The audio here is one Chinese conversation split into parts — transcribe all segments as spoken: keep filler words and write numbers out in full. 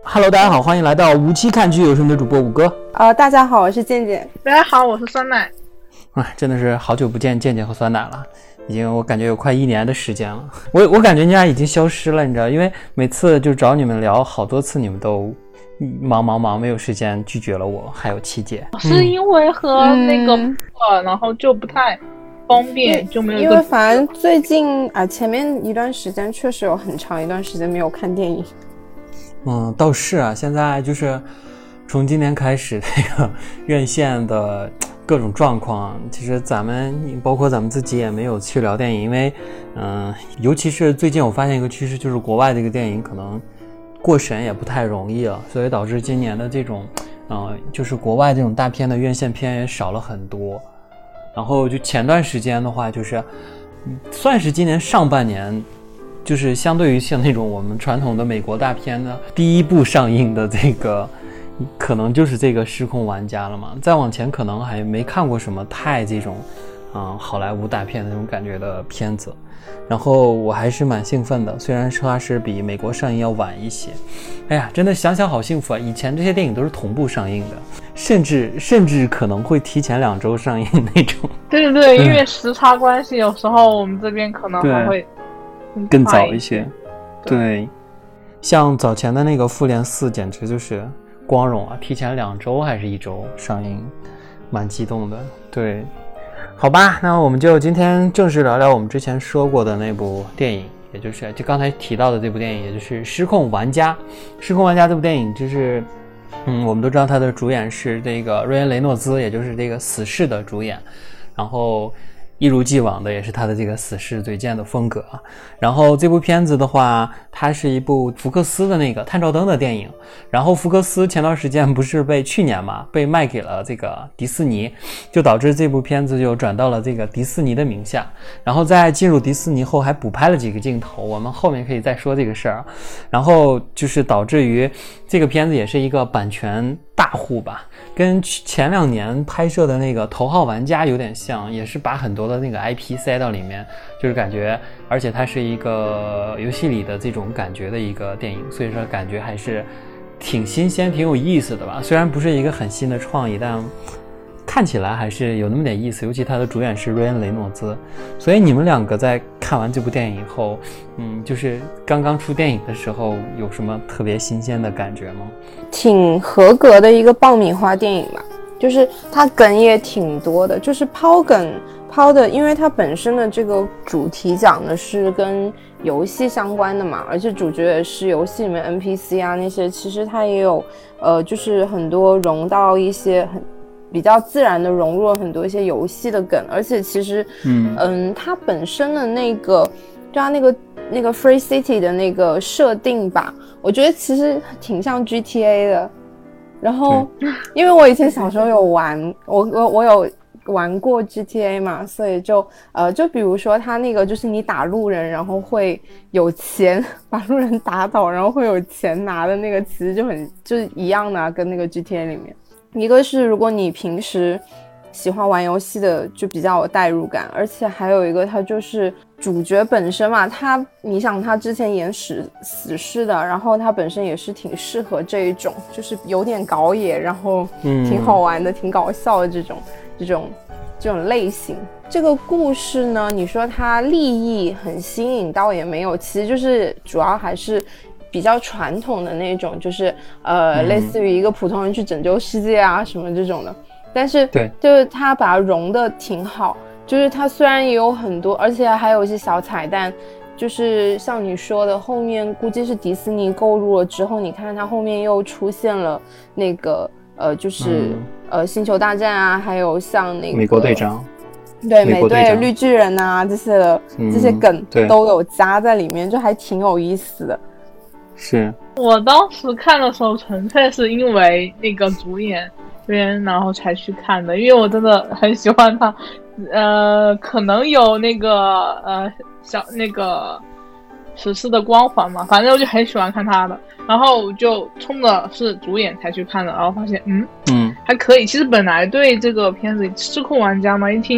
Hello， 大家好，欢迎来到无期看剧，有声的主播五哥。 呃，大家好，我是健健。 大家好，我是酸奶。 哎，真的是好久不见健健和酸奶了，已经我感觉有快一年的时间了。我我感觉你俩已经消失了，你知道，因为每次就找你们聊好多次，你们都忙忙忙，没有时间，拒绝了我，还有七姐。 是因为和那个、嗯、然后就不太方便，就没有。 因为反正最近啊、呃，前面一段时间确实有很长一段时间没有看电影。 嗯，倒是啊，现在就是从今年开始，这个院线的各种状况，其实咱们包括咱们自己也没有去聊电影，因为嗯、呃，尤其是最近我发现一个趋势，就是国外这个电影可能过审也不太容易了，所以导致今年的这种呃，就是国外这种大片的院线片也少了很多。然后就前段时间的话，就是算是今年上半年，就是相对于像那种我们传统的美国大片呢，第一部上映的这个可能就是这个失控玩家了嘛。再往前可能还没看过什么太这种嗯好莱坞大片的那种感觉的片子，然后我还是蛮兴奋的，虽然它是比美国上映要晚一些。哎呀，真的想想好幸福啊！以前这些电影都是同步上映的，甚至甚至可能会提前两周上映那种。 对对对，因为时差关系，有时候我们这边可能还会更早一些。对，对，像早前的那个《复联四》简直就是光荣啊，提前两周还是一周上映，蛮激动的。对，好吧，那我们就今天正式聊聊我们之前说过的那部电影，也就是就刚才提到的这部电影，也就是《失控玩家》。《失控玩家》这部电影就是嗯，我们都知道他的主演是这个瑞恩·雷诺兹，也就是这个死侍的主演，然后一如既往的也是他的这个死侍嘴贱的风格。然后这部片子的话，它是一部福克斯的那个探照灯的电影，然后福克斯前段时间不是被去年嘛被卖给了这个迪士尼，就导致这部片子就转到了这个迪士尼的名下，然后在进入迪士尼后还补拍了几个镜头，我们后面可以再说这个事儿。然后就是导致于这个片子也是一个版权大户吧，跟前两年拍摄的那个头号玩家有点像，也是把很多的那个 I P 塞到里面，就是感觉，而且它是一个游戏里的这种感觉的一个电影，所以说感觉还是挺新鲜挺有意思的吧。虽然不是一个很新的创意，但看起来还是有那么点意思，尤其他的主演是瑞恩·雷诺兹。所以你们两个在看完这部电影以后，嗯，就是刚刚出电影的时候有什么特别新鲜的感觉吗？ 挺合格的一个爆米花电影吧，就是它梗也挺多的，就是抛梗抛的，因为它本身的这个主题讲的是跟游戏相关的嘛，而且主角也是游戏里面 N P C 啊那些，其实它也有呃，就是很多融到一些很比较自然的融入了很多一些游戏的梗，而且其实嗯嗯，它本身的那个就它那个那个 Free City 的那个设定吧，我觉得其实挺像 G T A 的。然后因为我以前小时候有玩我我我有玩过 G T A 嘛，所以就呃就比如说它那个就是你打路人然后会有钱把路人打倒然后会有钱拿的那个，其实就很就是一样的、啊、跟那个 G T A 里面。一个是如果你平时喜欢玩游戏的就比较有代入感，而且还有一个它就是主角本身嘛，他你想他之前演死死侍的，然后他本身也是挺适合这一种就是有点搞野然后挺好玩的、嗯、挺搞笑的这种这种这种类型。这个故事呢，你说它立意很新颖倒也没有，其实就是主要还是比较传统的那种，就是呃、嗯、类似于一个普通人去拯救世界啊什么这种的，但是对，就是他把它融的挺好，就是它虽然也有很多，而且还有一些小彩蛋，就是像你说的后面估计是迪士尼购入了之后，你看它后面又出现了那个呃就是、嗯、呃星球大战啊，还有像那个美国队长， 对美队绿巨人啊这些的、嗯、这些梗都有加在里面，就还挺有意思的。 是我当时看的时候纯粹是因为那个主演边然后才去看的，因为我真的很喜欢他，呃，可能有那个呃小那个史诗的光环嘛，反正我就很喜欢看他的，然后就冲着是主演才去看的，然后发现嗯嗯还可以。其实本来对这个片子《失控玩家》嘛，一听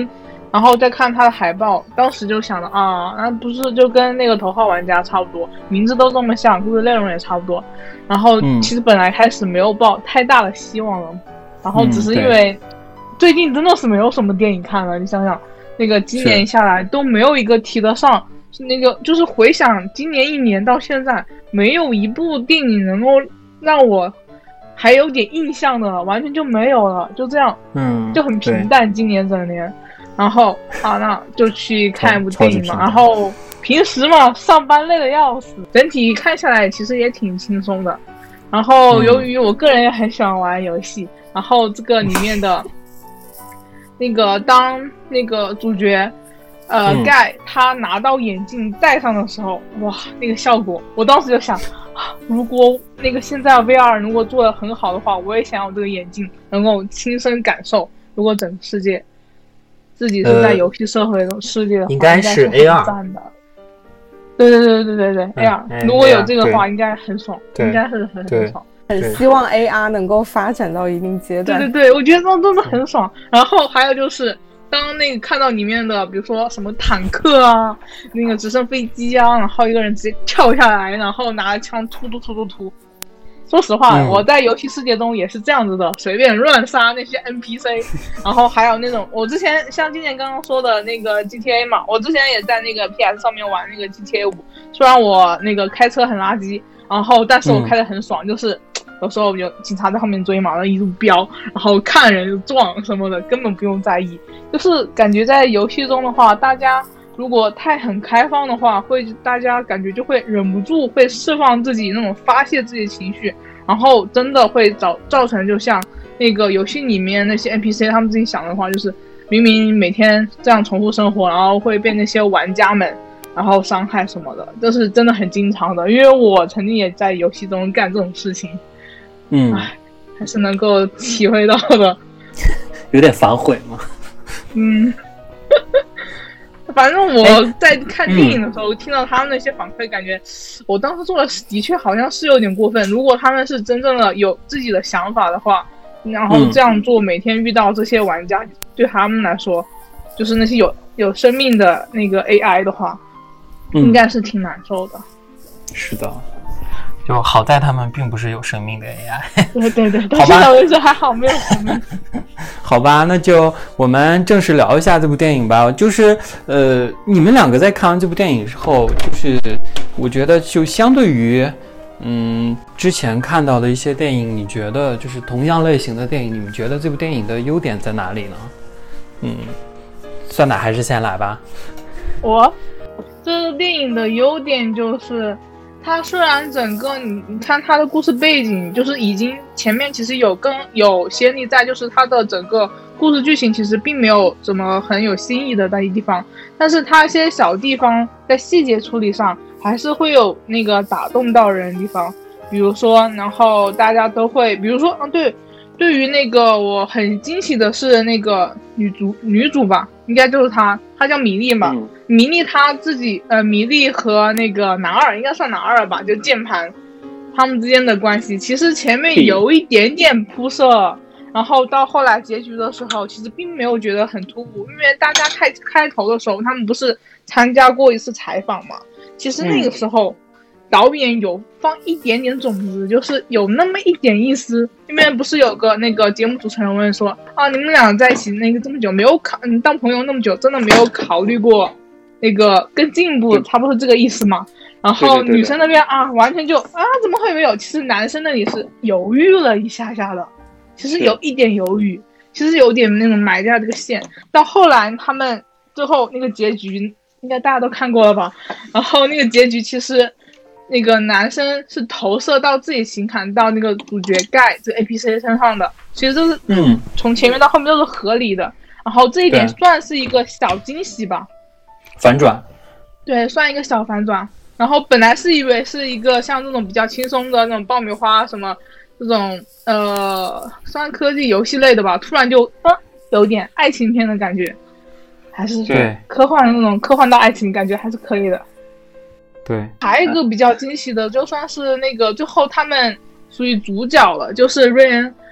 然后再看他的海报，当时就想着啊，那不是就跟那个头号玩家差不多，名字都这么像，故事内容也差不多。然后其实本来开始没有抱太大的希望了，嗯、然后只是因为最近真的是没有什么电影看了，你想想，那个今年下来都没有一个提得上，是那个就是回想今年一年到现在，没有一部电影能够让我还有点印象的了，完全就没有了，就这样， 嗯， 就很平淡。今年整年。然后啊，那就去看一部电影嘛。然后平时嘛，上班累得要死，整体看下来其实也挺轻松的。然后由于我个人也很喜欢玩游戏，嗯、然后这个里面的那个当那个主角呃盖、嗯、他拿到眼镜戴上的时候，哇，那个效果，我当时就想，如果那个现在 V R 如果做得很好的话，我也想要这个眼镜能够亲身感受，如果整个世界。自己是在游戏社会的世界的话、呃， 应该是 A R 的。对对对对对对、嗯、A R，、嗯、如果有这个话，应该很爽，应该是很很爽。 很希望 A R 能够发展到一定阶段。 对对对，我觉得这真的很爽。然后还有就是，当那个看到里面的，比如说什么坦克啊，那个直升飞机啊，然后一个人直接跳下来，然后拿着枪突突突突突。说实话、嗯、我在游戏世界中也是这样子的，随便乱杀那些 N P C， 然后还有那种我之前像今年刚刚说的那个 G T A 嘛，我之前也在那个 P S 上面玩那个 G T A 五，虽然我那个开车很垃圾，然后但是我开得很爽、嗯、就是有时候有警察在后面追嘛，然后一路飙，然后看人就撞什么的，根本不用在意。就是感觉在游戏中的话，大家如果太很开放的话，会大家感觉就会忍不住会释放自己那种发泄自己的情绪，然后真的会造造成就像那个游戏里面那些 N P C 他们自己想的话，就是明明每天这样重复生活，然后会被那些玩家们然后伤害什么的，这是真的很经常的。因为我曾经也在游戏中干这种事情， 嗯， 还是能够体会到的。 有点反悔吗？ 嗯。反正我在看电影的时候、嗯、听到他们那些反馈，感觉我当时做的的确好像是有点过分。如果他们是真正的有自己的想法的话，然后这样做，每天遇到这些玩家、嗯、对他们来说就是那些有有生命的那个 A I 的话、嗯、应该是挺难受的。 是的，就好在他们并不是有生命的 A I。 对对对，到现在为止还好没有生命。 好吧，那就我们正式聊一下这部电影吧。就是呃，你们两个在看完这部电影之后，就是我觉得就相对于嗯之前看到的一些电影，你觉得就是同样类型的电影，你们觉得这部电影的优点在哪里呢？嗯，酸奶还是先来吧。 我这部电影的优点就是它虽然整个你你看它的故事背景就是已经前面其实有更有先例在，就是它的整个故事剧情其实并没有怎么很有新意的那些地方，但是它一些小地方在细节处理上还是会有那个打动到人的地方。比如说然后大家都会比如说啊对对于那个我很惊喜的是那个女主女主吧，应该就是她她叫米莉嘛、嗯、米莉她自己呃米莉和那个男二应该算男二吧，就键盘他们之间的关系其实前面有一点点铺设、嗯、然后到后来结局的时候其实并没有觉得很突兀，因为大家开开头的时候他们不是参加过一次采访嘛，其实那个时候、嗯导演有放一点点种子，就是有那么一点意思。因为不是有个那个节目主持人问说啊，你们俩在一起那个这么久，没有考你当朋友那么久，真的没有考虑过那个更进一步，差不多是这个意思嘛。然后女生那边啊，完全就啊怎么会没有？其实男生那里是犹豫了一下下的，其实有一点犹豫，其实有点那种埋下这个线。到后来他们最后那个结局，应该大家都看过了吧？然后那个结局其实。那个男生是投射到自己情感到那个主角盖这个 A P C 身上的，其实这是嗯从前面到后面都是合理的，然后这一点算是一个小惊喜吧， 反转， 对，算一个小反转。然后本来是以为是一个像这种比较轻松的那种爆米花什么这种呃算科技游戏类的吧，突然就啊有点爱情片的感觉，还是对科幻的那种科幻到爱情感觉还是可以的。 对， 还有一个比较惊喜的，就算是那个最后他们属于主角了，就是瑞恩，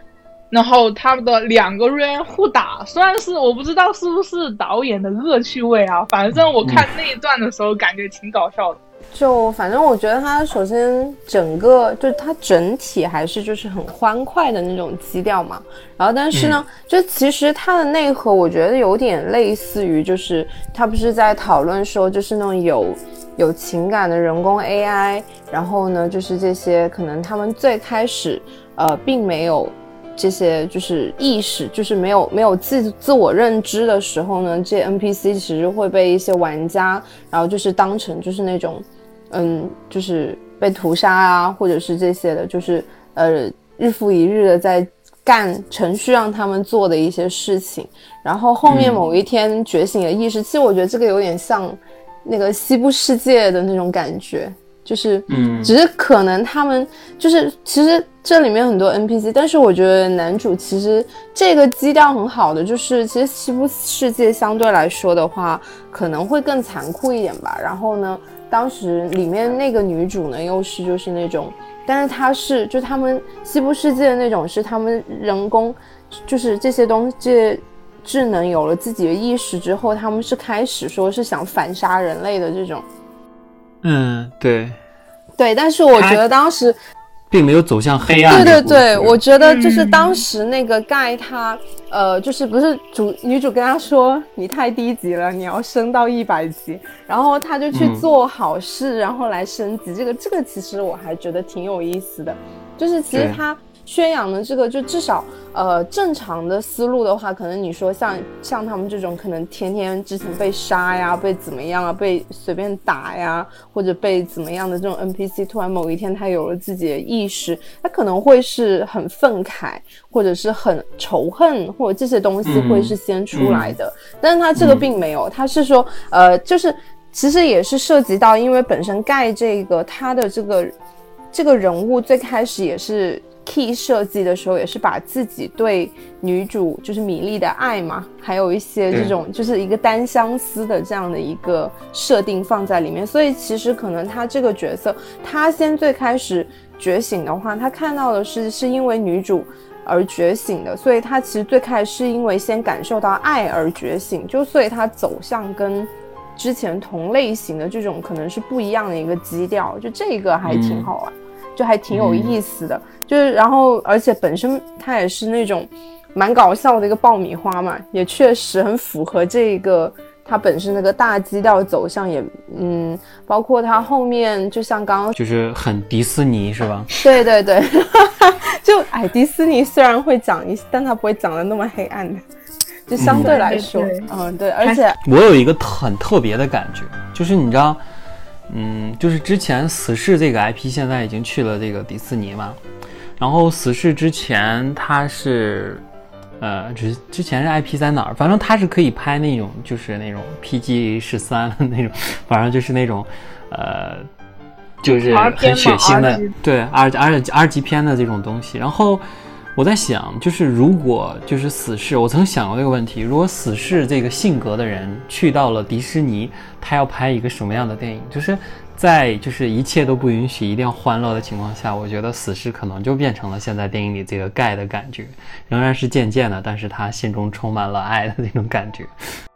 然后他们的两个人互打，虽然是我不知道是不是导演的恶趣味啊，反正我看那一段的时候感觉挺搞笑的。 就反正我觉得它首先整个就它整体还是就是很欢快的那种基调嘛，然后但是呢、嗯、就其实它的内核我觉得有点类似于就是它不是在讨论说就是那种有有情感的人工 A I， 然后呢就是这些可能他们最开始呃并没有这些就是意识，就是没有没有自自我认知的时候呢，这些 N P C 其实会被一些玩家然后就是当成就是那种嗯，就是被屠杀啊，或者是这些的，就是呃日复一日的在干程序让他们做的一些事情，然后后面某一天觉醒的意识、嗯、其实我觉得这个有点像那个西部世界的那种感觉，就是嗯，只是可能他们就是其实这里面很多 N P C， 但是我觉得男主其实这个基调很好的，就是其实西部世界相对来说的话可能会更残酷一点吧，然后呢当时里面那个女主呢又是就是那种，但是她是就他们西部世界的那种是他们人工就是这些东西这智能有了自己的意识之后，他们是开始说是想反杀人类的这种。 嗯，对对，但是我觉得当时并没有走向黑暗。 对对对，我觉得就是当时那个盖他、嗯、呃，就是不是主女主跟他说你太低级了，你要升到一百级，然后他就去做好事、嗯、然后来升级，这个这个其实我还觉得挺有意思的，就是其实他宣扬的这个就至少呃正常的思路的话，可能你说像像他们这种可能天天之前被杀呀，被怎么样啊，被随便打呀，或者被怎么样的这种 N P C 突然某一天他有了自己的意识，他可能会是很愤慨或者是很仇恨，或者这些东西会是先出来的、嗯、但是他这个并没有、嗯、他是说呃就是其实也是涉及到，因为本身盖这个他的这个这个人物最开始也是key 设计的时候也是把自己对女主就是米莉的爱嘛，还有一些这种就是一个单相思的这样的一个设定放在里面，所以其实可能他这个角色他先最开始觉醒的话，他看到的是是因为女主而觉醒的，所以他其实最开始是因为先感受到爱而觉醒，就所以他走向跟之前同类型的这种可能是不一样的一个基调，就这个还挺好玩、嗯就还挺有意思的、嗯、就是然后而且本身它也是那种蛮搞笑的一个爆米花嘛，也确实很符合这个它本身那个大基调走向，也嗯，包括它后面就像刚刚就是很迪士尼是吧？ 对对对就哎迪士尼虽然会讲一些，但它不会讲的那么黑暗的，就相对来说 嗯, 嗯对，而且我有一个很特别的感觉，就是你知道嗯，就是之前死侍这个 I P 现在已经去了这个迪士尼嘛，然后死侍之前它是呃之之前是 I P 在哪儿，反正它是可以拍那种就是那种 P G 十三 的那种，反正就是那种呃就是很血腥的，对 R R R 级片的这种东西。然后我在想，就是如果就是死侍，我曾想过这个问题，如果死侍这个性格的人去到了迪士尼，他要拍一个什么样的电影？就是在就是一切都不允许一定要欢乐的情况下，我觉得死侍可能就变成了现在电影里这个盖的感觉，仍然是渐渐的，但是他心中充满了爱的那种感觉。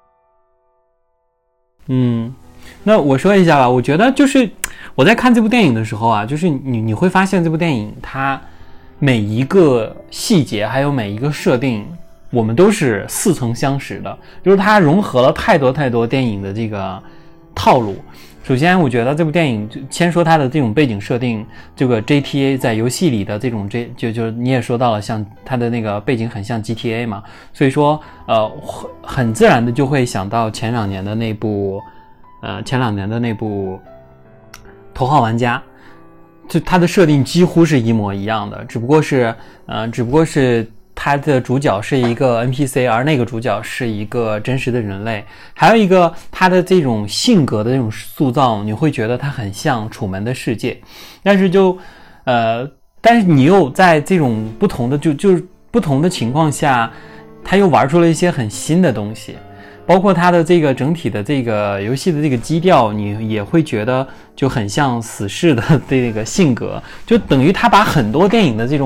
嗯，那我说一下吧，我觉得就是我在看这部电影的时候啊，就是你你会发现这部电影它每一个细节还有每一个设定我们都是似曾相识的，就是它融合了太多太多电影的这个套路。首先我觉得这部电影先说它的这种背景设定，这个 G T A 在游戏里的这种 J 就就你也说到了，像它的那个背景很像 G T A 嘛，所以说呃很自然的就会想到前两年的那部呃前两年的那部头号玩家，就它的设定几乎是一模一样的，只不过是呃只不过是它的主角是一个 N P C， 而那个主角是一个真实的人类。还有一个它的这种性格的这种塑造，你会觉得它很像楚门的世界，但是就呃但是你又在这种不同的就就是不同的情况下，他又玩出了一些很新的东西。包括它的这个整体的这个游戏的这个基调，你也会觉得就很像死侍的这个性格，就等于他把很多电影的这种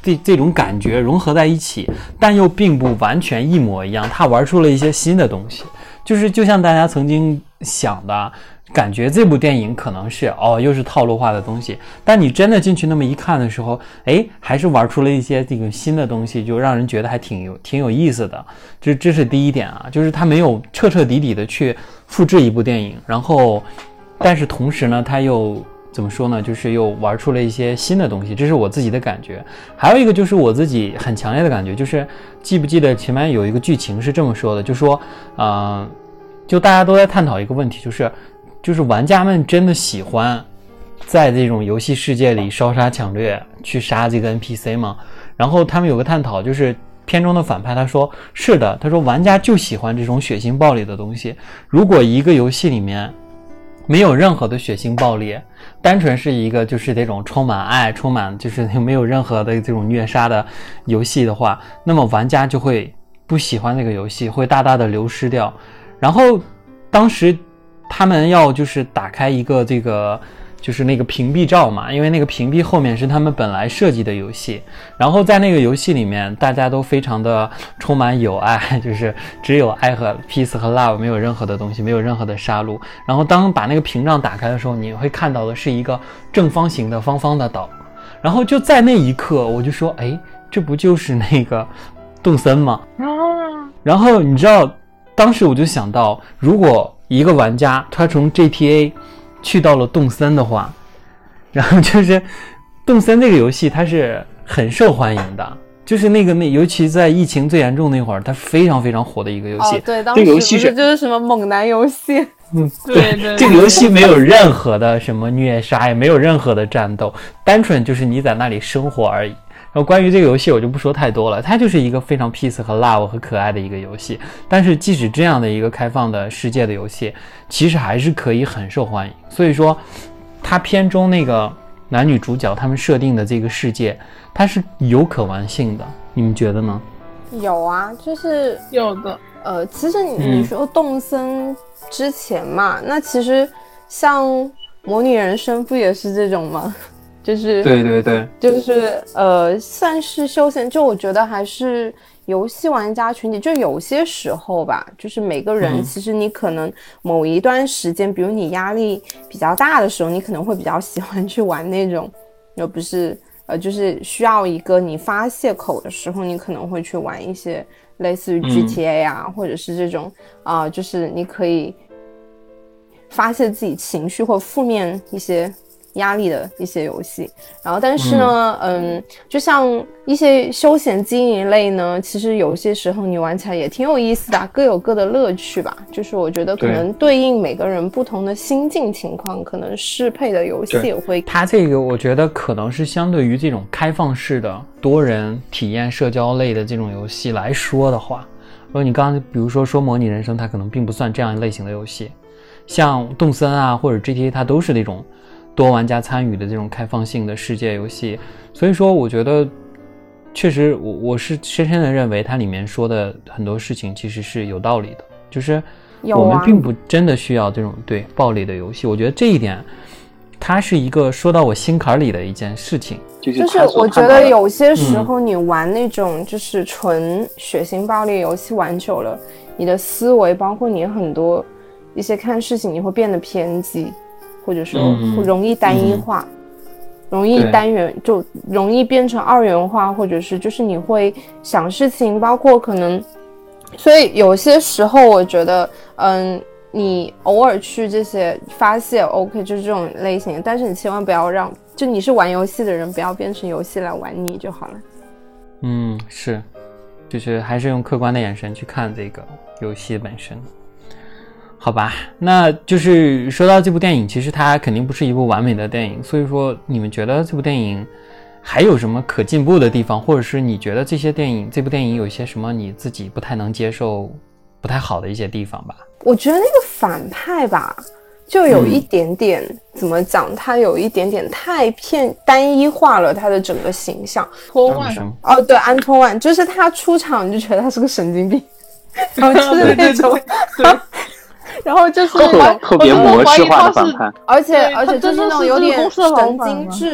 这这种感觉融合在一起，但又并不完全一模一样，他玩出了一些新的东西，就是就像大家曾经想的感觉，这部电影可能是哦又是套路化的东西，但你真的进去那么一看的时候，哎，还是玩出了一些这个新的东西，就让人觉得还挺有挺有意思的。这这是第一点啊，就是他没有彻彻底底的去复制一部电影，然后但是同时呢，他又怎么说呢，就是又玩出了一些新的东西，这是我自己的感觉。还有一个就是我自己很强烈的感觉，就是记不记得前面有一个剧情是这么说的，就说呃，就大家都在探讨一个问题，就是就是玩家们真的喜欢在这种游戏世界里烧杀抢掠去杀这个 N P C 吗？然后他们有个探讨，就是片中的反派他说是的，他说玩家就喜欢这种血腥暴力的东西，如果一个游戏里面没有任何的血腥暴力，单纯是一个就是这种充满爱充满就是没有任何的这种虐杀的游戏的话，那么玩家就会不喜欢那个游戏，会大大的流失掉。然后当时他们要就是打开一个这个就是那个屏蔽罩嘛，因为那个屏蔽后面是他们本来设计的游戏，然后在那个游戏里面大家都非常的充满友爱，就是只有爱和 peace 和 love， 没有任何的东西，没有任何的杀戮。然后当把那个屏障打开的时候，你会看到的是一个正方形的方方的岛，然后就在那一刻我就说，哎，这不就是那个动森吗？然后你知道当时我就想到，如果一个玩家他从 G T A 去到了动森的话，然后就是动森这个游戏它是很受欢迎的，就是那个那尤其在疫情最严重那会儿，它非常非常火的一个游戏。 哦，对，当时不是就是什么猛男游戏。 嗯， 对对对， 这个游戏没有任何的什么虐杀，也没有任何的战斗，单纯就是你在那里生活而已。然后关于这个游戏我就不说太多了，它就是一个非常 peace 和 love 和可爱的一个游戏，但是即使这样的一个开放的世界的游戏，其实还是可以很受欢迎。所以说它片中那个男女主角他们设定的这个世界，它是有可玩性的，你们觉得呢？ 有啊，就是有的。 呃，其实你你说动森之前嘛、嗯、那其实像模拟人生不也是这种吗？就是对对对， 就是呃，算是休闲。就我觉得还是游戏玩家群体，就有些时候吧，就是每个人、嗯、其实你可能某一段时间，比如你压力比较大的时候，你可能会比较喜欢去玩那种，又不是呃，就是需要一个你发泄口的时候，你可能会去玩一些类似于 G T A 啊，嗯、或者是这种啊、呃，就是你可以发泄自己情绪或负面一些压力的一些游戏。然后但是呢 嗯, 嗯，就像一些休闲经营类呢，其实有些时候你玩起来也挺有意思的，各有各的乐趣吧。就是我觉得可能对应每个人不同的心境情况，可能适配的游戏也会。 它这个我觉得可能是相对于这种开放式的多人体验社交类的这种游戏来说的话，如果你刚刚比如说说模拟人生，它可能并不算这样类型的游戏，像动森啊或者 G T A 它都是那种多玩家参与的这种开放性的世界游戏。所以说我觉得确实我我是深深的认为它里面说的很多事情其实是有道理的，就是我们并不真的需要这种对暴力的游戏。我觉得这一点它是一个说到我心坎里的一件事情， 就是我觉得有些时候你玩那种就是纯血腥暴力游戏玩久了、嗯、你的思维包括你很多一些看事情你会变得偏激，或者说容易单一化、嗯、容易单元就容易变成二元化，或者是就是你会想事情包括可能，所以有些时候我觉得嗯，你偶尔去这些发泄 OK 就是这种类型，但是你千万不要让就你是玩游戏的人不要变成游戏来玩你就好了。 嗯，是，就是还是用客观的眼神去看这个游戏本身。好吧，那就是说到这部电影，其实它肯定不是一部完美的电影，所以说你们觉得这部电影还有什么可进步的地方，或者是你觉得这些电影这部电影有一些什么你自己不太能接受不太好的一些地方吧？ 我觉得那个反派吧就有一点点、嗯、怎么讲，他有一点点太偏单一化了他的整个形象。 托万哦，对，安托万，就是他出场你就觉得他是个神经病，然后就是那种对对对然后就是特别模式化的反派， 而且而且就是那种有点神经质，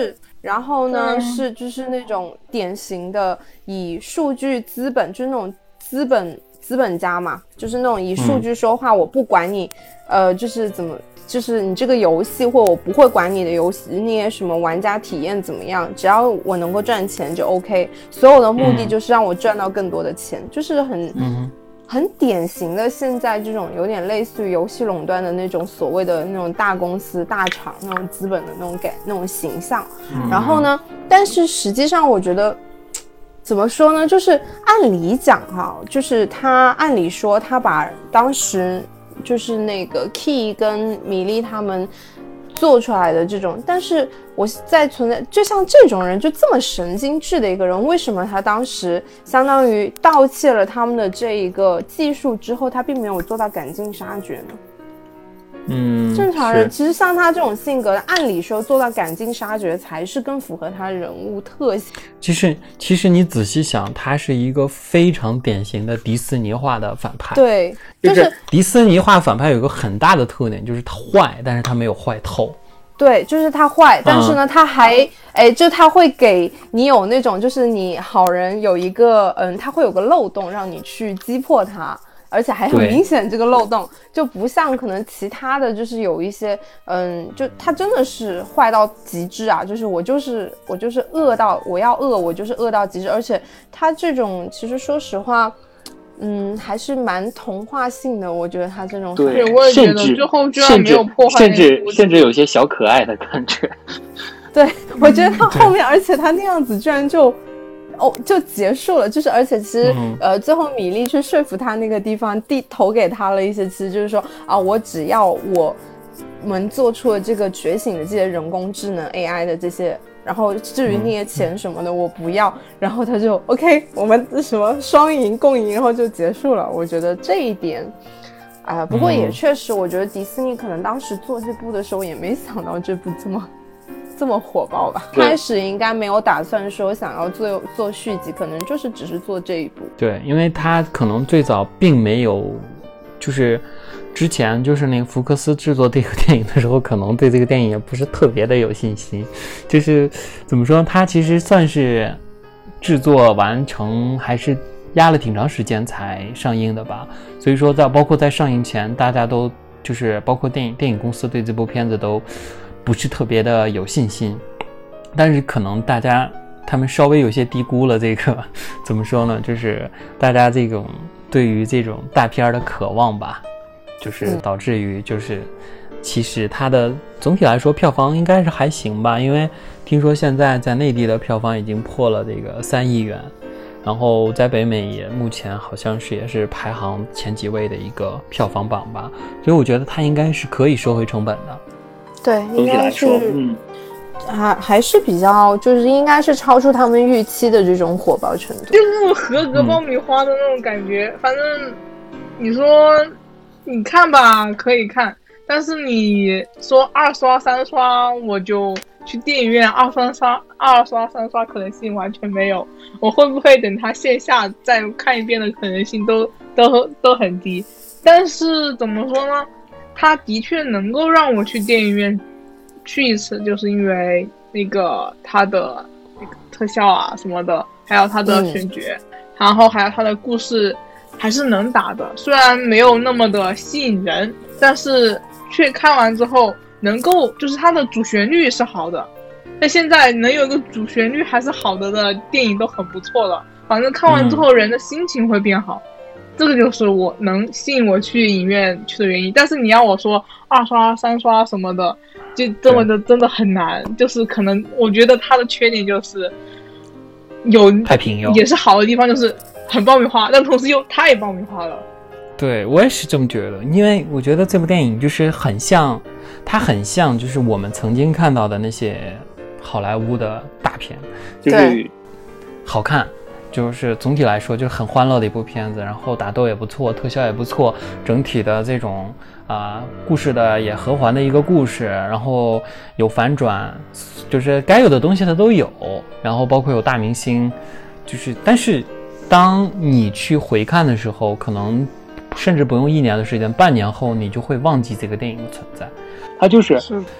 然后呢、 嗯、 是就是那种典型的以数据资本，就是那种资本资本家嘛，就是那种以数据说话，嗯、我不管你，呃，就是怎么，就是你这个游戏，或我不会管你的游戏那些什么玩家体验怎么样，只要我能够赚钱就 OK， 所有的目的就是让我赚到更多的钱，嗯、就是很。嗯很典型的现在这种有点类似于游戏垄断的那种所谓的那种大公司大厂那种资本的那种感那种形象、嗯、然后呢但是实际上我觉得怎么说呢，就是按理讲哈，就是他按理说他把当时就是那个 Key 跟米莉他们做出来的这种，但是我在存在就像这种人就这么神经质的一个人，为什么他当时相当于盗窃了他们的这一个技术之后，他并没有做到赶尽杀绝呢？ 嗯， 正常人其实像他这种性格的，按理说做到赶尽杀绝才是更符合他人物特性。 其实其实你仔细想，他是一个非常典型的迪士尼化的反派。 对， 就是、就是、迪士尼化反派有一个很大的特点，就是他坏，但是他没有坏透。 对，就是他坏，但是呢、嗯、他还哎，就他会给你有那种就是你好人有一个嗯，他会有个漏洞让你去击破他，而且还很明显这个漏洞就不像可能其他的就是有一些嗯，就他真的是坏到极致啊，就是我就是我就是恶到我要恶我就是恶到极致，而且他这种其实说实话嗯，还是蛮童话性的，我觉得他这种对，我也觉得最后居然没有破坏， 甚至甚至有些小可爱的感觉。 对，我觉得他后面，而且他那样子居然就哦就结束了，就是而且其实、嗯、呃最后米莉去说服他那个地方递投给他了一些，其实就是说啊，我只要我们做出了这个觉醒的这些人工智能 A I 的这些。然后至于那些钱什么的、嗯、我不要，然后他就 OK 我们什么双赢共赢，然后就结束了。我觉得这一点啊、呃，不过也确实、嗯、我觉得迪士尼可能当时做这部的时候也没想到这部这么这么火爆吧，开始应该没有打算说想要做做续集，可能就是只是做这一部。 对，因为他可能最早并没有就是之前就是那个福克斯制作这个电影的时候，可能对这个电影也不是特别的有信心，就是怎么说，他其实算是制作完成还是压了挺长时间才上映的吧，所以说在包括在上映前，大家都就是包括电影电影公司对这部片子都不是特别的有信心，但是可能大家他们稍微有些低估了这个怎么说呢，就是大家这种对于这种大片的渴望吧，就是导致于就是其实它的总体来说票房应该是还行吧，因为听说现在在内地的票房已经破了这个三亿元，然后在北美也目前好像是也是排行前几位的一个票房榜吧，所以我觉得它应该是可以收回成本的。 对，应该是嗯还还是比较就是应该是超出他们预期的这种火爆程度， 就是那种合格爆米花的那种感觉、嗯、反正你说你看吧可以看，但是你说二刷三刷我就去电影院二刷刷二刷三刷可能性完全没有，我会不会等它线下再看一遍的可能性都都都很低，但是怎么说呢，它的确能够让我去电影院去一次，就是因为那个它的那个特效啊什么的，还有它的选角、嗯、然后还有它的故事还是能打的，虽然没有那么的吸引人，但是却看完之后能够就是它的主旋律是好的，那现在能有一个主旋律还是好的的电影都很不错了，反正看完之后人的心情会变好、嗯、这个就是我能吸引我去影院去的原因。但是你要我说二刷三刷什么的就这么的真的很难，就是可能我觉得它的缺点就是有太平庸， 也是好的地方就是很爆米花，但同时又太爆米花了。 对，我也是这么觉得，因为我觉得这部电影就是很像，它很像就是我们曾经看到的那些好莱坞的大片，就是好看，就是总体来说就是很欢乐的一部片子，然后打斗也不错，特效也不错，整体的这种啊、呃、故事的也和缓的一个故事，然后有反转，就是该有的东西它都有，然后包括有大明星，就是但是当你去回看的时候，可能甚至不用一年的时间，半年后你就会忘记这个电影的存在。 它就是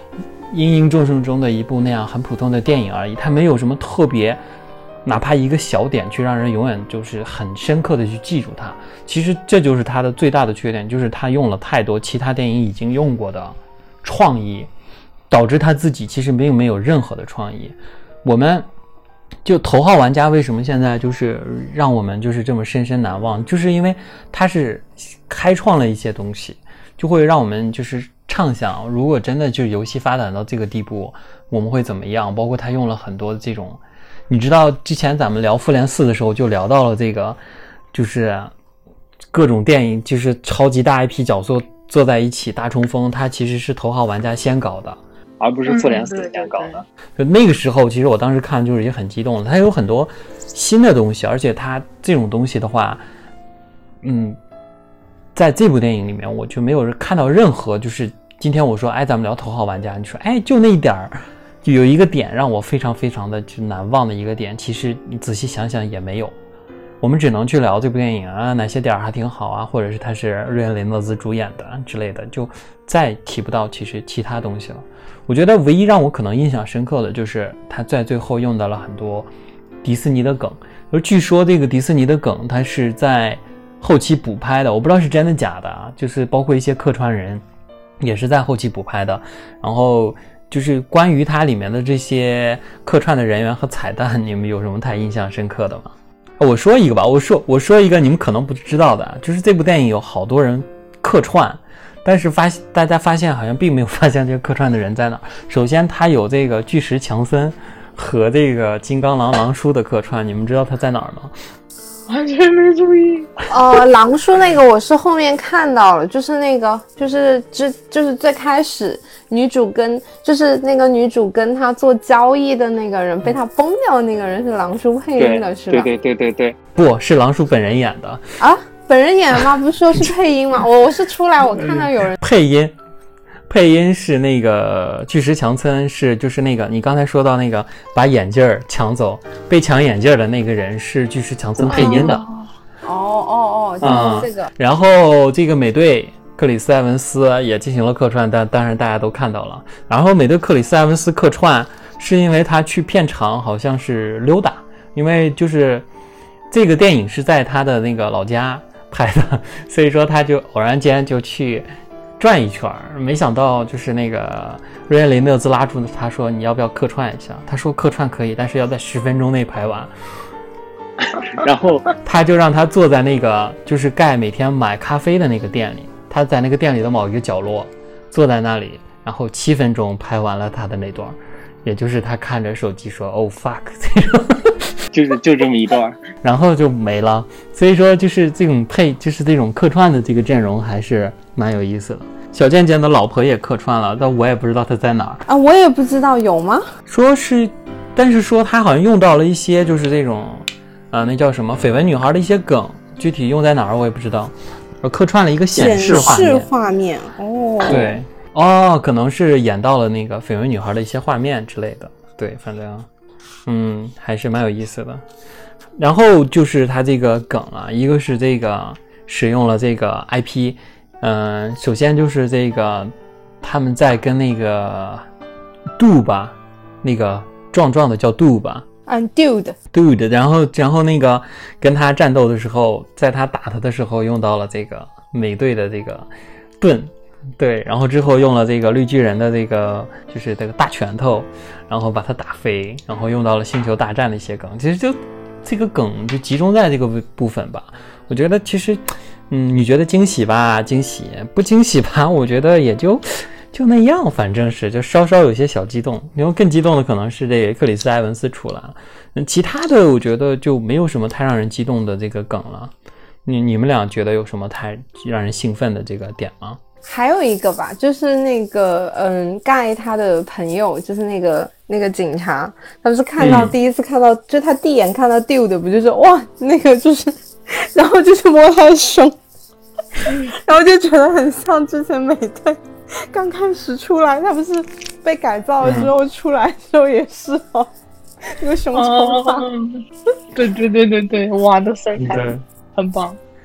芸芸众生中的一部那样很普通的电影而已，它没有什么特别，哪怕一个小点去让人永远就是很深刻的去记住它。其实这就是它的最大的缺点，就是它用了太多其他电影已经用过的创意，导致他自己其实并没有任何的创意。我们就头号玩家为什么现在就是让我们就是这么深深难忘，就是因为它是开创了一些东西，就会让我们就是畅想，如果真的就是游戏发展到这个地步，我们会怎么样。包括他用了很多这种，你知道之前咱们聊复联四的时候就聊到了这个，就是各种电影就是超级大 I P 角色坐在一起大冲锋，它其实是头号玩家先搞的， 而不是复联四先搞的。 就那个时候其实我当时看就是也很激动，它有很多新的东西，而且它这种东西的话嗯，在这部电影里面我就没有看到任何，就是今天我说哎咱们聊头号玩家，你说哎就那一点儿，就有一个点让我非常非常的就难忘的一个点，其实你仔细想想也没有。我们只能去聊这部电影啊，哪些点还挺好啊，或者是他是瑞恩·雷诺兹主演的之类的，就再提不到其实其他东西了。我觉得唯一让我可能印象深刻的就是他在最后用到了很多迪士尼的梗，而据说这个迪士尼的梗他是在后期补拍的，我不知道是真的假的啊，就是包括一些客串人也是在后期补拍的。然后就是关于它里面的这些客串的人员和彩蛋，你们有什么太印象深刻的吗？我说一个吧，我说我说一个你们可能不知道的，就是这部电影有好多人客串，但是发大家发现好像并没有发现这个客串的人在哪。首先他有这个巨石强森和这个金刚狼狼叔的客串，你们知道他在哪儿吗？ 完全没注意。 呃，狼叔那个我是后面看到了，就是那个就是之就是最开始女主跟就是那个女主跟他做交易的那个人被他崩掉的那个人是狼叔配音的，是吧？ 对对对对对， 不是狼叔本人演的啊，本人演的吗？不是说是配音吗？我我是出来我看到有人配音。配音是那个巨石强森，是就是那个你刚才说到那个把眼镜抢走被抢眼镜的那个人是巨石强森配音的。 哦哦哦，就是这个、嗯。 然后这个美队克里斯埃文斯也进行了客串，但当然大家都看到了。然后美队克里斯埃文斯客串是因为他去片场好像是溜达，因为就是这个电影是在他的那个老家拍的，所以说他就偶然间就去转一圈，没想到就是那个瑞恩·雷诺兹拉住他说你要不要客串一下，他说客串可以，但是要在十分钟内拍完。 然后他就让他坐在那个就是盖每天买咖啡的那个店里，他在那个店里的某一个角落坐在那里，然后七分钟拍完了他的那段，也就是他看着手机说 oh fuck 这种就是就这么一段， 然后就没了。所以说就是这种配就是这种客串的这个阵容还是蛮有意思的。小贱贱的老婆也客串了，但我也不知道他在哪儿啊，我也不知道有吗？ 说是，但是说他好像用到了一些就是这种呃那叫什么绯闻女孩的一些梗，具体用在哪儿我也不知道。我客串了一个显示画面， 显示画面哦， 对哦，可能是演到了那个绯闻女孩的一些画面之类的，对，反正嗯还是蛮有意思的。然后就是他这个梗啊，一个是这个使用了这个 I P， 嗯、呃，首先就是这个他们在跟那个杜吧，那个壮壮的叫杜吧。 嗯 dude dude 然后然后那个跟他战斗的时候，在他打他的时候用到了这个美队的这个盾，对，然后之后用了这个绿巨人的这个就是这个大拳头，然后把他打飞，然后用到了星球大战的一些梗，其实就这个梗就集中在这个部分吧。我觉得其实嗯，你觉得惊喜吧惊喜，不惊喜吧我觉得也就就那样，反正是就稍稍有些小激动。因为更激动的可能是这个克里斯埃文斯出来了，其他的我觉得就没有什么太让人激动的这个梗了。你你们俩觉得有什么太让人兴奋的这个点吗？ 还有一个吧，就是那个嗯，盖他的朋友，就是那个那个警察，他不是看到、嗯、第一次看到，就他第一眼看到 dude 不就是哇那个就是，然后就是摸他的胸，然后就觉得很像之前美队刚开始出来，他不是被改造了之后出来的时候也是哦，那个胸超大、 哦。对对对对对，哇，的色彩很棒。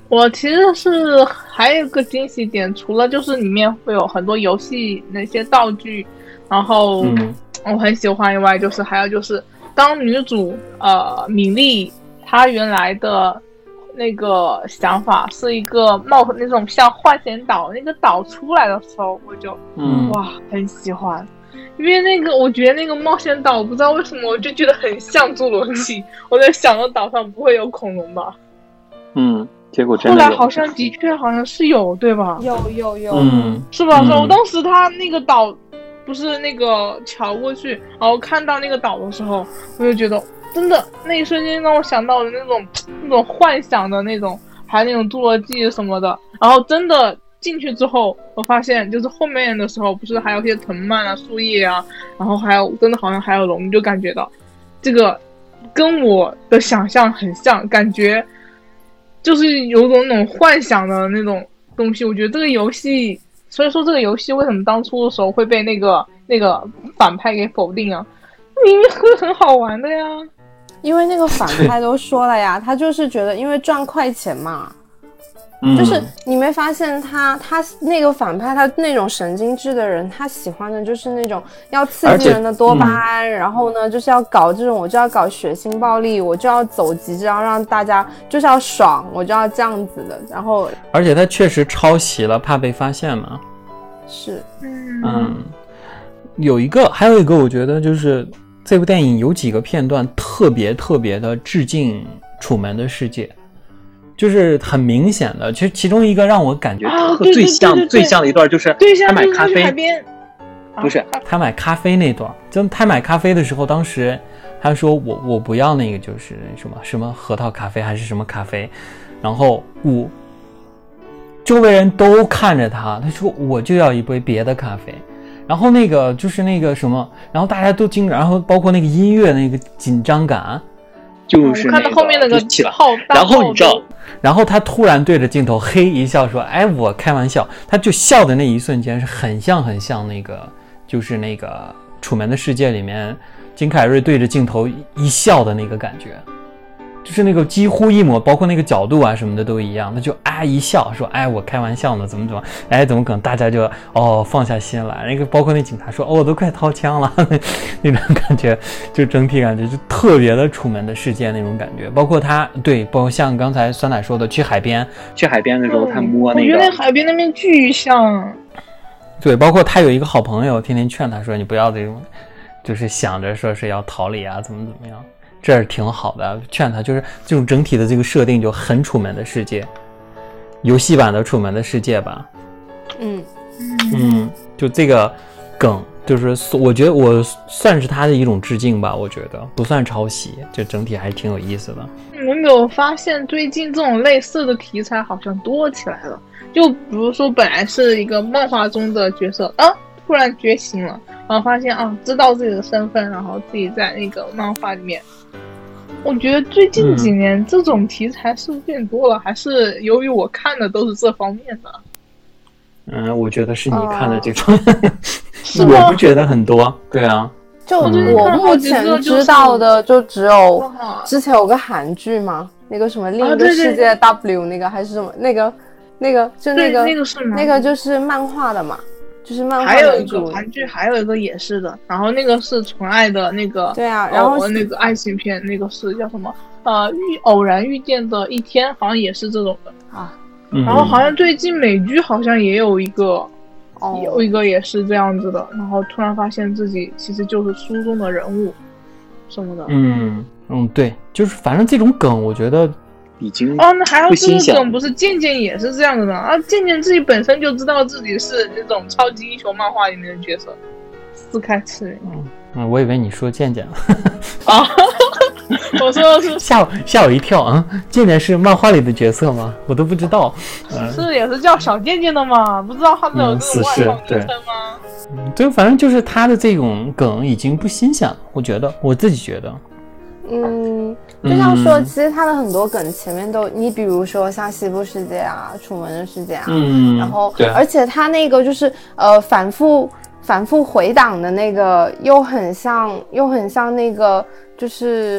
我其实是还有一个惊喜点，除了就是里面会有很多游戏那些道具，然后我很喜欢以外，就是还有就是当女主呃米莉她原来的那个想法是一个冒那种像幻想岛那个岛出来的时候，我就嗯哇很喜欢。因为那个我觉得那个冒险岛，我不知道为什么我就觉得很像侏罗纪，我在想着岛上不会有恐龙吧。 嗯，结果真后的有。 来好像的确好像是有，对吧？ 有有有， 嗯， 是吧？是吧？ 嗯我当时他那个岛不是那个桥过去，然后看到那个岛的时候，我就觉得真的那一瞬间让我想到了那种那种幻想的那种，还有那种侏罗纪什么的。然后真的进去之后，我发现就是后面的时候，不是还有一些藤蔓啊、树叶啊，然后还有真的好像还有龙，就感觉到这个跟我的想象很像，感觉就是有种那种幻想的那种东西。我觉得这个游戏，所以说这个游戏为什么当初的时候会被那个那个反派给否定啊？明明是很好玩的呀。 因为那个反派都说了呀，他就是觉得因为赚快钱嘛。 嗯就是你没发现他他那个反派他那种神经质的人，他喜欢的就是那种要刺激人的多巴胺、嗯、然后呢就是要搞这种，我就要搞血腥暴力，我就要走极致，然后让大家就是要爽，我就要这样子的。然后而且他确实抄袭了，怕被发现嘛。 是嗯，有一个还有一个我觉得就是这部电影有几个片段特别特别的致敬楚门的世界，就是很明显的，其实其中一个让我感觉啊， 最像对对对对对最像的一段就是他买咖啡，不是他买咖啡那段，就他买咖啡的时候，当时他说我我不要那个就是什么什么核桃咖啡还是什么咖啡，然后我周围人都看着他，他说我就要一杯别的咖啡，然后那个就是那个什么，然后大家都惊，然后包括那个音乐那个紧张感。 就是看到后面那个号，然后你知道， 然后他突然对着镜头嘿一笑说：“哎，我开玩笑。”他就笑的那一瞬间是很像很像那个，就是那个《楚门的世界》里面金凯瑞对着镜头一笑的那个感觉，就是那个几乎一模，包括那个角度啊什么的都一样。他就啊一笑说：“哎，我开玩笑呢，怎么怎么，哎，怎么可能？”大家就哦放下心来。那个包括那警察说：“哦，我都快掏枪了。”那种感觉，就整体感觉就特别的楚门的世界那种感觉。包括他对，包括像刚才酸奶说的，去海边， 去海边的时候他摸那个， 我觉得海边那边巨像。 对，包括他有一个好朋友，天天劝他说：“你不要这种，就是想着说是要逃离啊，怎么怎么样。”这是挺好的，劝他就是这种整体的这个设定就很楚门的世界，游戏版的楚门的世界吧。 嗯嗯，就这个梗，就是我觉得我算是他的一种致敬吧，我觉得不算抄袭，就整体还挺有意思的。 我没有发现最近这种类似的题材好像多起来了，就比如说本来是一个漫画中的角色啊，突然觉醒了，然后发现啊知道自己的身份，然后自己在那个漫画里面。我觉得最近几年这种题材是不是变多了、嗯、还是由于我看的都是这方面的？ 嗯，我觉得是你看的这种、哦、我不觉得很多。对啊， 就我目前知道的就只有之前有个韩剧嘛，那个什么另一个世界 W 那个还是什么那个那个就那个那个是那个就是漫画的嘛，就是漫画还有一个韩剧，还有一个也是的，然后那个是纯爱的那个， 对啊，然后、 哦、那个爱情片，那个是叫什么？呃，遇偶然遇见的一天，好像也是这种的啊。 然后好像最近美剧好像也有一个， 哦、 有一个也是这样子的，然后突然发现自己其实就是书中的人物什么的。 嗯嗯，对，就是反正这种梗，我觉得。 已经哦，那还有这个梗不是渐渐也是这样的呢？啊，渐渐自己本身就知道自己是那种超级英雄漫画里面的角色，撕开吃人。 嗯嗯，我以为你说渐渐了。 啊，我说的是吓我吓我一跳啊！渐渐是漫画里的角色吗？我都不知道。 嗯、是也是叫小渐渐的吗？不知道他们有这种外号名称吗？ 嗯，对，反正就是他的这种梗已经不新鲜了，我觉得，我自己觉得。 嗯，就像说、嗯、其实他的很多梗前面都，你比如说像西部世界啊、楚门的世界啊， 嗯， 然后而且他那个就是呃反复反复回档的那个又很像又很像那个就是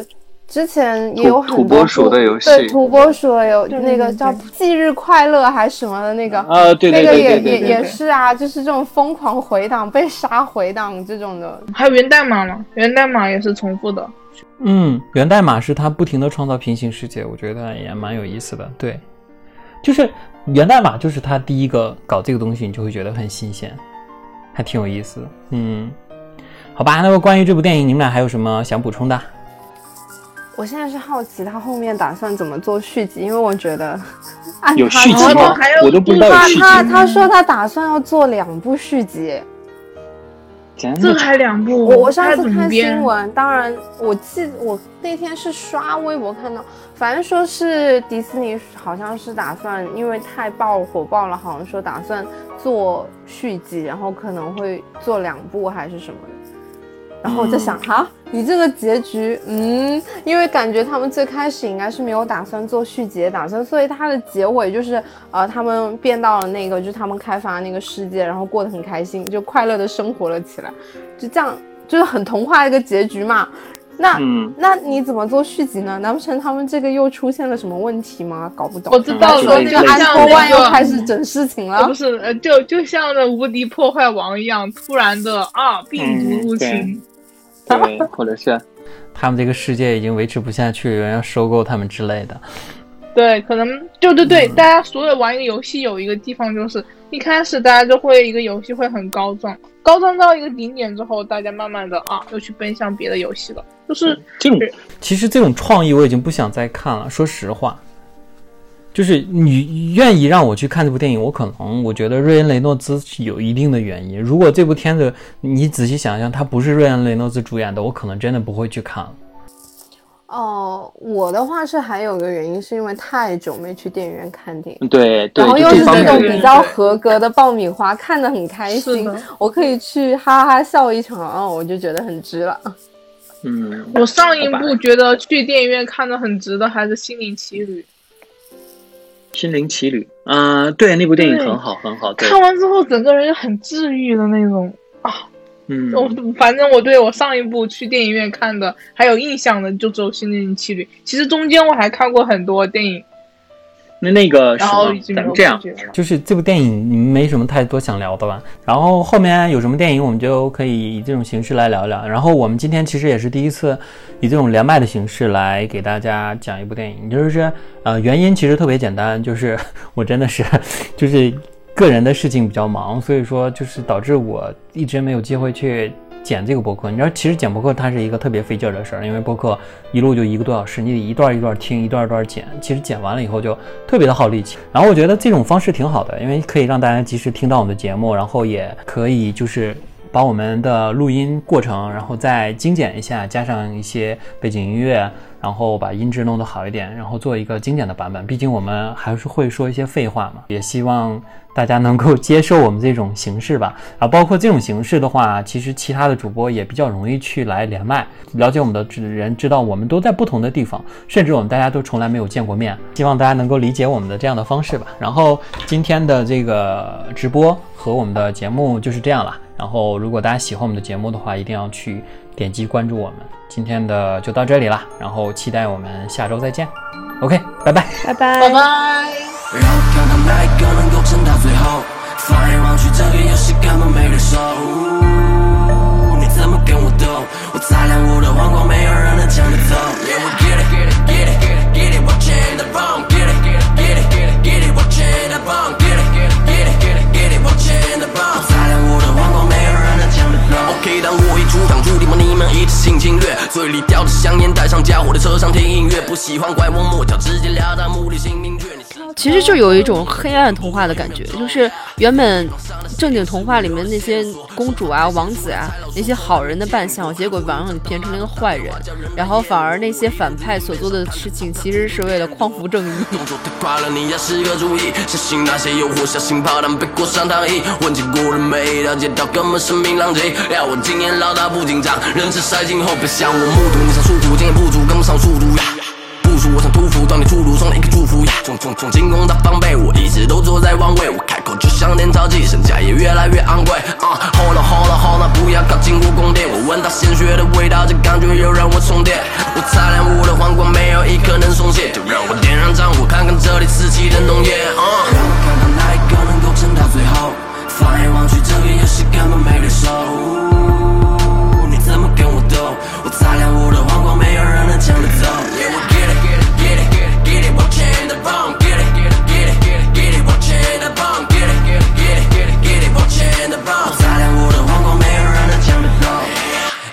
之前也有很多土拨鼠的游戏， 对，土拨鼠有那个叫忌日快乐还是什么的那个啊，对对对对对， 那个也也也是啊，就是这种疯狂回档被杀回档这种的。 还有源代码嘛，源代码也是重复的。 嗯，源代码是他不停的创造平行世界，我觉得也蛮有意思的。对，就是源代码就是他第一个搞这个东西，你就会觉得很新鲜，还挺有意思。嗯，好吧，那么关于这部电影，你们俩还有什么想补充的？ 我现在是好奇他后面打算怎么做续集，因为我觉得按有续集吗？我都不知道有续集。 他他说他打算要做两部续集， 这还两部。 我我上次看新闻，当然我记我那天是刷微博看到，反正说是迪士尼好像是打算，因为太爆火爆了，好像说打算做续集，然后可能会做两部还是什么的。然后我在想，哈、嗯，你这个结局，嗯，因为感觉他们最开始应该是没有打算做续集的打算，所以它的结尾就是，呃，他们变到了那个，就是他们开发那个世界，然后过得很开心，就快乐的生活了起来，就这样，就是很童话的一个结局嘛。那、嗯、那你怎么做续集呢？难不成他们这个又出现了什么问题吗？搞不懂。 我知道了， 那个安托万又开始整事情了。 不是，呃，就就像那无敌破坏王一样，突然的啊，病毒入侵。 嗯对，或者是他们这个世界已经维持不下去，有人要收购他们之类的。 对，可能就对对、嗯，大家所有玩一个游戏有一个地方就是一开始大家就会一个游戏会很高涨，高涨到一个顶点之后，大家慢慢的啊又去奔向别的游戏了。就是这种，其实这种创意我已经不想再看了，说实话。就是你愿意让我去看这部电影，我可能我觉得瑞恩·雷诺兹有一定的原因。如果这部片子你仔细想想，他不是瑞恩·雷诺兹主演的，我可能真的不会去看了。 哦，我的话是还有个原因，是因为太久没去电影院看电影， 对，对然后又是这种比较合格的爆米花，看得很开心，我可以去哈哈笑一场，哦，我就觉得很值了。 嗯， 我上一部觉得去电影院看得很值的还是《心灵奇旅》。 心灵奇旅，嗯、呃，对，那部电影很好，很好。 看完之后，整个人就很治愈的那种啊。 嗯， 我反正我对我上一部去电影院看的还有印象的，就只有《心灵奇旅》。其实中间我还看过很多电影。 那那个然后已经没有这样，就是这部电影你们没什么太多想聊的吧？然后后面有什么电影我们就可以以这种形式来聊聊。然后我们今天其实也是第一次以这种连麦的形式来给大家讲一部电影，就是呃原因其实特别简单，就是我真的是就是个人的事情比较忙，所以说就是导致我一直没有机会去剪这个播客。你知道其实剪播客它是一个特别费劲的事儿，因为播客一录就一个多小时，你得一段一段听，一段一段剪，其实剪完了以后就特别的耗力气。然后我觉得这种方式挺好的，因为可以让大家及时听到我们的节目，然后也可以就是把我们的录音过程然后再精简一下，加上一些背景音乐，然后把音质弄得好一点，然后做一个精简的版本。毕竟我们还是会说一些废话嘛，也希望大家能够接受我们这种形式吧。啊，包括这种形式的话，其实其他的主播也比较容易去来连麦，了解我们的人知道我们都在不同的地方，甚至我们大家都从来没有见过面。希望大家能够理解我们的这样的方式吧。然后今天的这个直播和我们的节目就是这样了。然后如果大家喜欢我们的节目的话，一定要去点击关注我们。今天的就到这里了，然后期待我们下周再见。 OK， 拜拜拜拜拜拜。 让看看哪一个能够撑到最后，放眼望去这个游戏根本没人收，你怎么跟我斗？我擦亮我的皇冠，没有人能抢得走。 Yeah, we get it, get it, get it, get it, watching the bomb. Get it, get it, get it, get it, watching the bomb. Get it, get it, get it, get it, watching the bomb. 我擦亮我的皇冠，没有人能抢得走。 OK， 当我一出场，注定把你们一直性侵略，嘴里叼着香烟，带上家伙的车上听音乐，不喜欢拐弯抹角，直截了当，目的性明确。 其实就有一种黑暗童话的感觉，就是原本正经童话里面那些公主啊、王子啊，那些好人的扮相，结果往往变成了一个坏人，然后反而那些反派所做的事情，其实是为了匡扶正义。 动作太快了，你要是个注意，小心那些诱惑，小心炮弹被裹上糖衣。问起过了每一条街道，根本生命狼藉。要我经验老大不紧张，人质塞进后别想我目睹，你想出土，经验不足，跟不上速度呀。部署我想屠夫，当你出路送了一个祝福呀。从从从进攻到防备，我一直都坐在王位，我开口就像点钞机，身价也越来越昂贵。啊 ，Hold on hold on hold on， 不要靠近我宫殿，我闻到鲜血的味道，这感觉又让我充电。我擦亮我的黄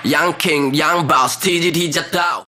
Young King Young Boss T G T 驾到。